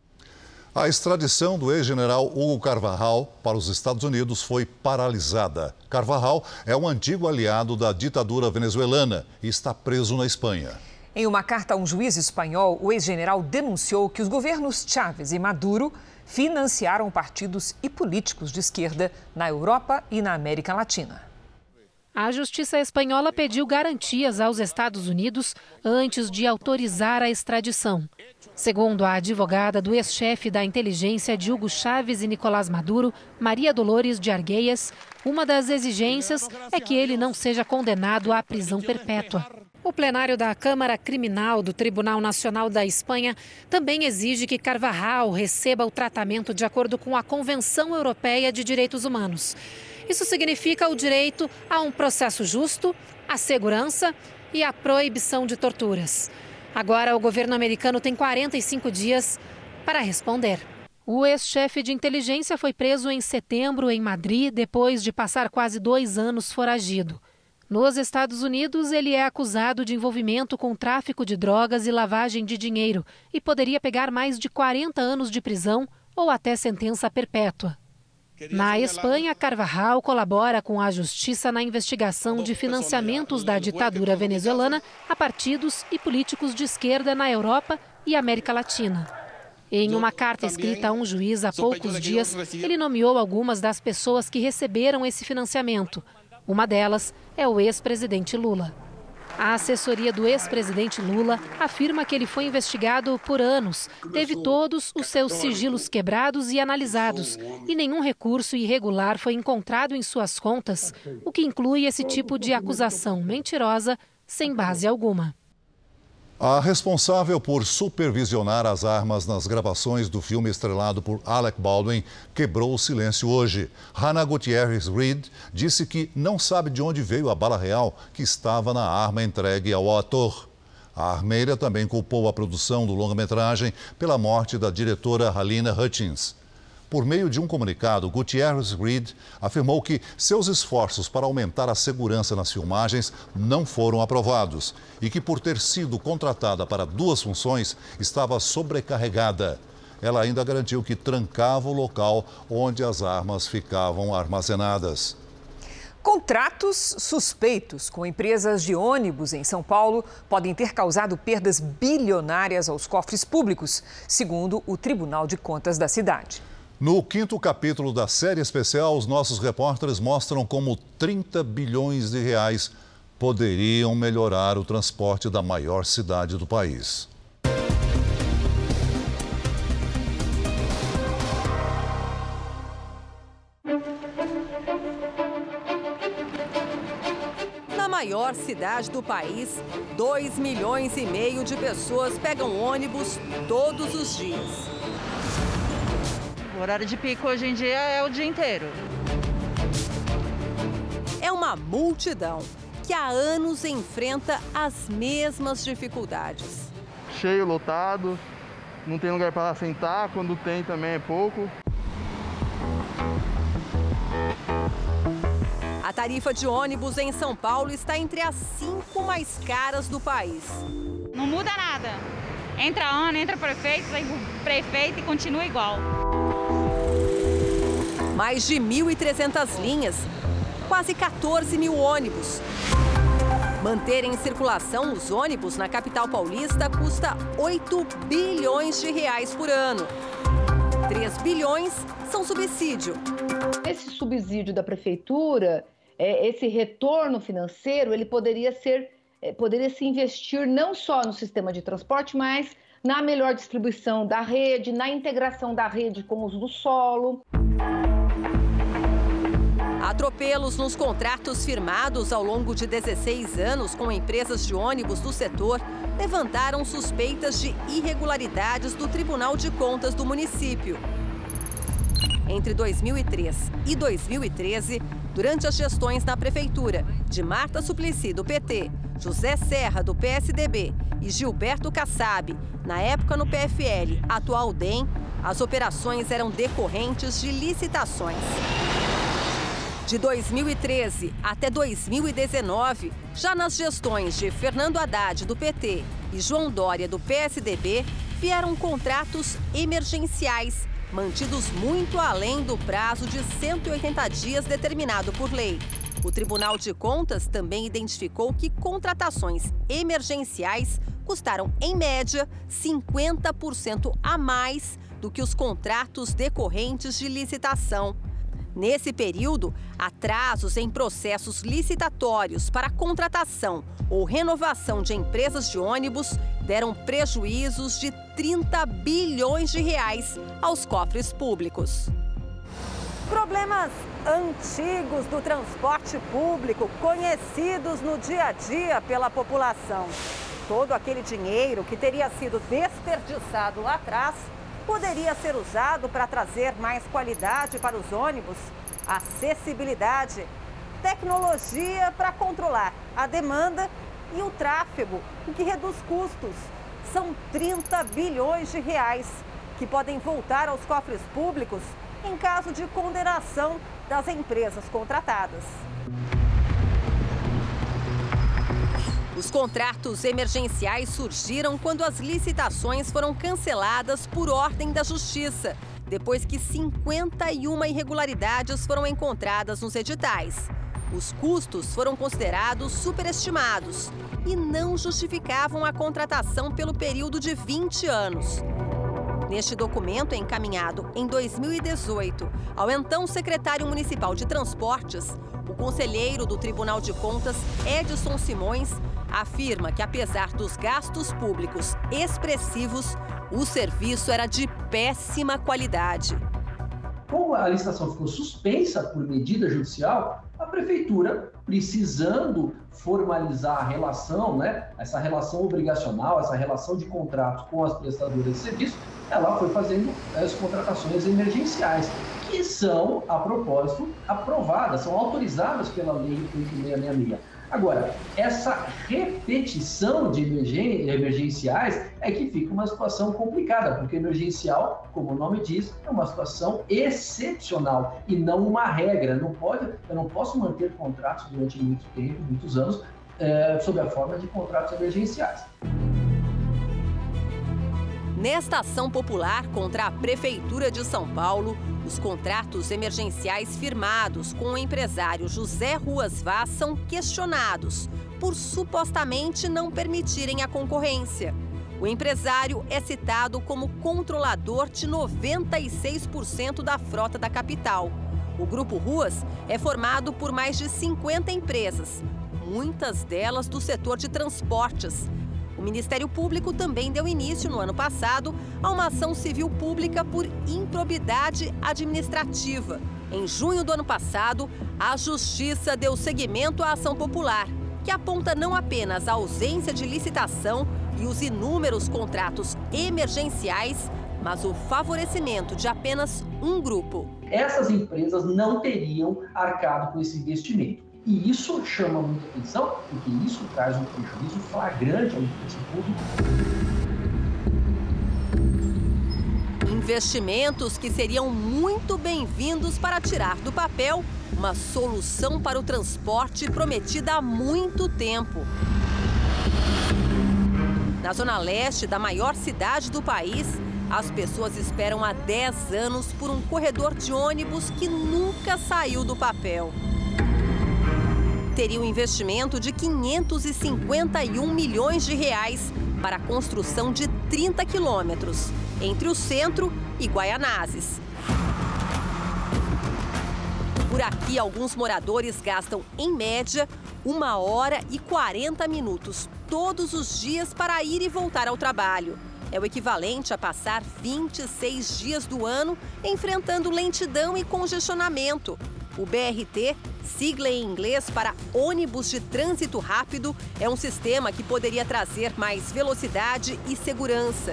A extradição do ex-general Hugo Carvajal para os Estados Unidos foi paralisada. Carvajal é um antigo aliado da ditadura venezuelana e está preso na Espanha. Em uma carta a um juiz espanhol, o ex-general denunciou que os governos Chávez e Maduro financiaram partidos e políticos de esquerda na Europa e na América Latina. A justiça espanhola pediu garantias aos Estados Unidos antes de autorizar a extradição. Segundo a advogada do ex-chefe da inteligência de Hugo Chávez e Nicolás Maduro, Maria Dolores de Arguelles, uma das exigências é que ele não seja condenado à prisão perpétua. O plenário da Câmara Criminal do Tribunal Nacional da Espanha também exige que Carvajal receba o tratamento de acordo com a Convenção Europeia de Direitos Humanos. Isso significa o direito a um processo justo, a segurança e a proibição de torturas. Agora, o governo americano tem 45 dias para responder. O ex-chefe de inteligência foi preso em setembro em Madrid, depois de passar quase 2 anos foragido. Nos Estados Unidos, ele é acusado de envolvimento com tráfico de drogas e lavagem de dinheiro e poderia pegar mais de 40 anos de prisão ou até sentença perpétua. Na Espanha, Carvajal colabora com a justiça na investigação de financiamentos da ditadura venezuelana a partidos e políticos de esquerda na Europa e América Latina. Em uma carta escrita a um juiz há poucos dias, ele nomeou algumas das pessoas que receberam esse financiamento. Uma delas é o ex-presidente Lula. A assessoria do ex-presidente Lula afirma que ele foi investigado por anos, teve todos os seus sigilos quebrados e analisados, e nenhum recurso irregular foi encontrado em suas contas, o que inclui esse tipo de acusação mentirosa sem base alguma. A responsável por supervisionar as armas nas gravações do filme estrelado por Alec Baldwin quebrou o silêncio hoje. Hannah Gutierrez Reed disse que não sabe de onde veio a bala real que estava na arma entregue ao ator. A armeira também culpou a produção do longa-metragem pela morte da diretora Halyna Hutchins. Por meio de um comunicado, Gutierrez Reed afirmou que seus esforços para aumentar a segurança nas filmagens não foram aprovados e que, por ter sido contratada para 2 funções, estava sobrecarregada. Ela ainda garantiu que trancava o local onde as armas ficavam armazenadas. Contratos suspeitos com empresas de ônibus em São Paulo podem ter causado perdas bilionárias aos cofres públicos, segundo o Tribunal de Contas da cidade. No 5º capítulo da série especial, os nossos repórteres mostram como 30 bilhões de reais poderiam melhorar o transporte da maior cidade do país. Na maior cidade do país, 2,5 milhões de pessoas pegam ônibus todos os dias. O horário de pico hoje em dia é o dia inteiro. É uma multidão que há anos enfrenta as mesmas dificuldades. Cheio, lotado, não tem lugar para sentar, quando tem também é pouco. A tarifa de ônibus em São Paulo está entre as 5 mais caras do país. Não muda nada. Entra ano, entra prefeito, sai prefeito e continua igual. Mais de 1.300 linhas, quase 14 mil ônibus. Manter em circulação os ônibus na capital paulista custa 8 bilhões de reais por ano. 3 bilhões são subsídio. Esse subsídio da prefeitura, esse retorno financeiro ele poderia se investir não só no sistema de transporte, mas na melhor distribuição da rede, na integração da rede com o uso do solo. Atropelos nos contratos firmados ao longo de 16 anos com empresas de ônibus do setor levantaram suspeitas de irregularidades do Tribunal de Contas do município. Entre 2003 e 2013, durante as gestões na prefeitura de Marta Suplicy, do PT, José Serra, do PSDB e Gilberto Kassab, na época no PFL, atual DEM, as operações eram decorrentes de licitações. De 2013 até 2019, já nas gestões de Fernando Haddad, do PT, e João Dória, do PSDB, vieram contratos emergenciais, mantidos muito além do prazo de 180 dias determinado por lei. O Tribunal de Contas também identificou que contratações emergenciais custaram, em média, 50% a mais do que os contratos decorrentes de licitação. Nesse período, atrasos em processos licitatórios para contratação ou renovação de empresas de ônibus deram prejuízos de 30 bilhões de reais aos cofres públicos. Problemas antigos do transporte público, conhecidos no dia a dia pela população. Todo aquele dinheiro que teria sido desperdiçado lá atrás poderia ser usado para trazer mais qualidade para os ônibus, acessibilidade, tecnologia para controlar a demanda e o tráfego, o que reduz custos. São 30 bilhões de reais que podem voltar aos cofres públicos em caso de condenação das empresas contratadas. Os contratos emergenciais surgiram quando as licitações foram canceladas por ordem da Justiça, depois que 51 irregularidades foram encontradas nos editais. Os custos foram considerados superestimados e não justificavam a contratação pelo período de 20 anos. Neste documento, encaminhado em 2018 ao então secretário municipal de Transportes, o conselheiro do Tribunal de Contas, Edson Simões, afirma que, apesar dos gastos públicos expressivos, o serviço era de péssima qualidade. Como a licitação ficou suspensa por medida judicial, a prefeitura, precisando formalizar a relação, essa relação obrigacional, essa relação de contrato com as prestadoras de serviço, ela foi fazendo as contratações emergenciais, que são, a propósito, aprovadas, são autorizadas pela Lei 8666. Agora, essa repetição de emergenciais é que fica uma situação complicada, porque emergencial, como o nome diz, é uma situação excepcional e não uma regra. Eu não posso manter contratos durante muito tempo, muitos anos, sob a forma de contratos emergenciais. Nesta ação popular contra a Prefeitura de São Paulo, os contratos emergenciais firmados com o empresário José Ruas Vaz são questionados por supostamente não permitirem a concorrência. O empresário é citado como controlador de 96% da frota da capital. O Grupo Ruas é formado por mais de 50 empresas, muitas delas do setor de transportes. O Ministério Público também deu início, no ano passado, a uma ação civil pública por improbidade administrativa. Em junho do ano passado, a Justiça deu seguimento à ação popular, que aponta não apenas a ausência de licitação e os inúmeros contratos emergenciais, mas o favorecimento de apenas um grupo. Essas empresas não teriam arcado com esse investimento. E isso chama muita atenção, porque isso traz um prejuízo flagrante ao interesse público. Investimentos que seriam muito bem-vindos para tirar do papel uma solução para o transporte prometida há muito tempo. Na zona leste da maior cidade do país, as pessoas esperam há 10 anos por um corredor de ônibus que nunca saiu do papel. Teria um investimento de 551 milhões de reais para a construção de 30 quilômetros, entre o centro e Guaianazes. Por aqui, alguns moradores gastam, em média, 1h40 minutos todos os dias para ir e voltar ao trabalho. É o equivalente a passar 26 dias do ano enfrentando lentidão e congestionamento. O BRT, sigla em inglês para ônibus de trânsito rápido, é um sistema que poderia trazer mais velocidade e segurança.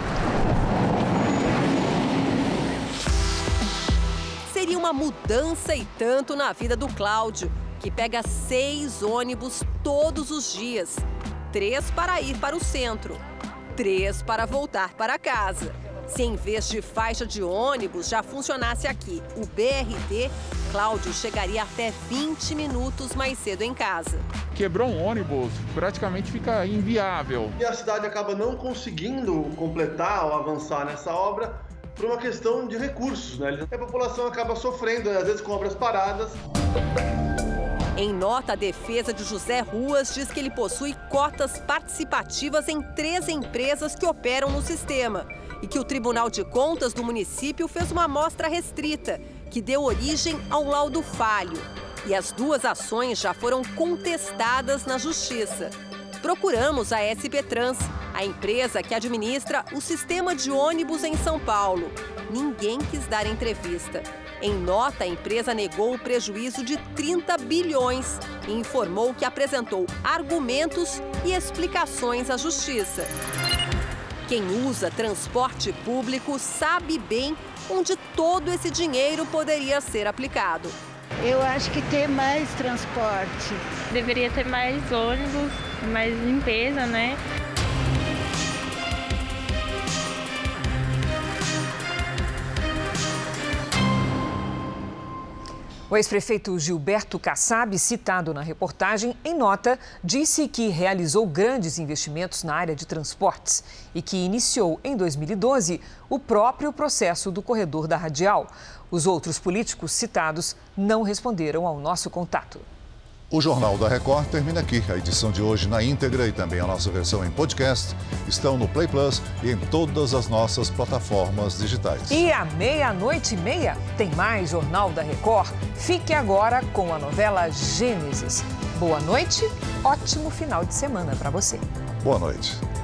Seria uma mudança e tanto na vida do Cláudio, que pega 6 ônibus todos os dias. 3 para ir para o centro, 3 para voltar para casa. Se em vez de faixa de ônibus já funcionasse aqui o BRT, Cláudio chegaria até 20 minutos mais cedo em casa. Quebrou um ônibus, praticamente fica inviável. E a cidade acaba não conseguindo completar ou avançar nessa obra por uma questão de recursos, né? A população acaba sofrendo, às vezes com obras paradas. Em nota, a defesa de José Ruas diz que ele possui cotas participativas em 3 empresas que operam no sistema e que o Tribunal de Contas do município fez uma amostra restrita, que deu origem ao laudo falho. E as 2 ações já foram contestadas na Justiça. Procuramos a SP Trans, a empresa que administra o sistema de ônibus em São Paulo. Ninguém quis dar entrevista. Em nota, a empresa negou o prejuízo de 30 bilhões e informou que apresentou argumentos e explicações à Justiça. Quem usa transporte público sabe bem onde todo esse dinheiro poderia ser aplicado. Eu acho que ter mais transporte. Deveria ter mais ônibus, mais limpeza, né? O ex-prefeito Gilberto Kassab, citado na reportagem, em nota, disse que realizou grandes investimentos na área de transportes e que iniciou, em 2012, o próprio processo do corredor da Radial. Os outros políticos citados não responderam ao nosso contato. O Jornal da Record termina aqui. A edição de hoje na íntegra e também a nossa versão em podcast estão no Play Plus e em todas as nossas plataformas digitais. E à 00:30 tem mais Jornal da Record. Fique agora com a novela Gênesis. Boa noite, ótimo final de semana para você. Boa noite.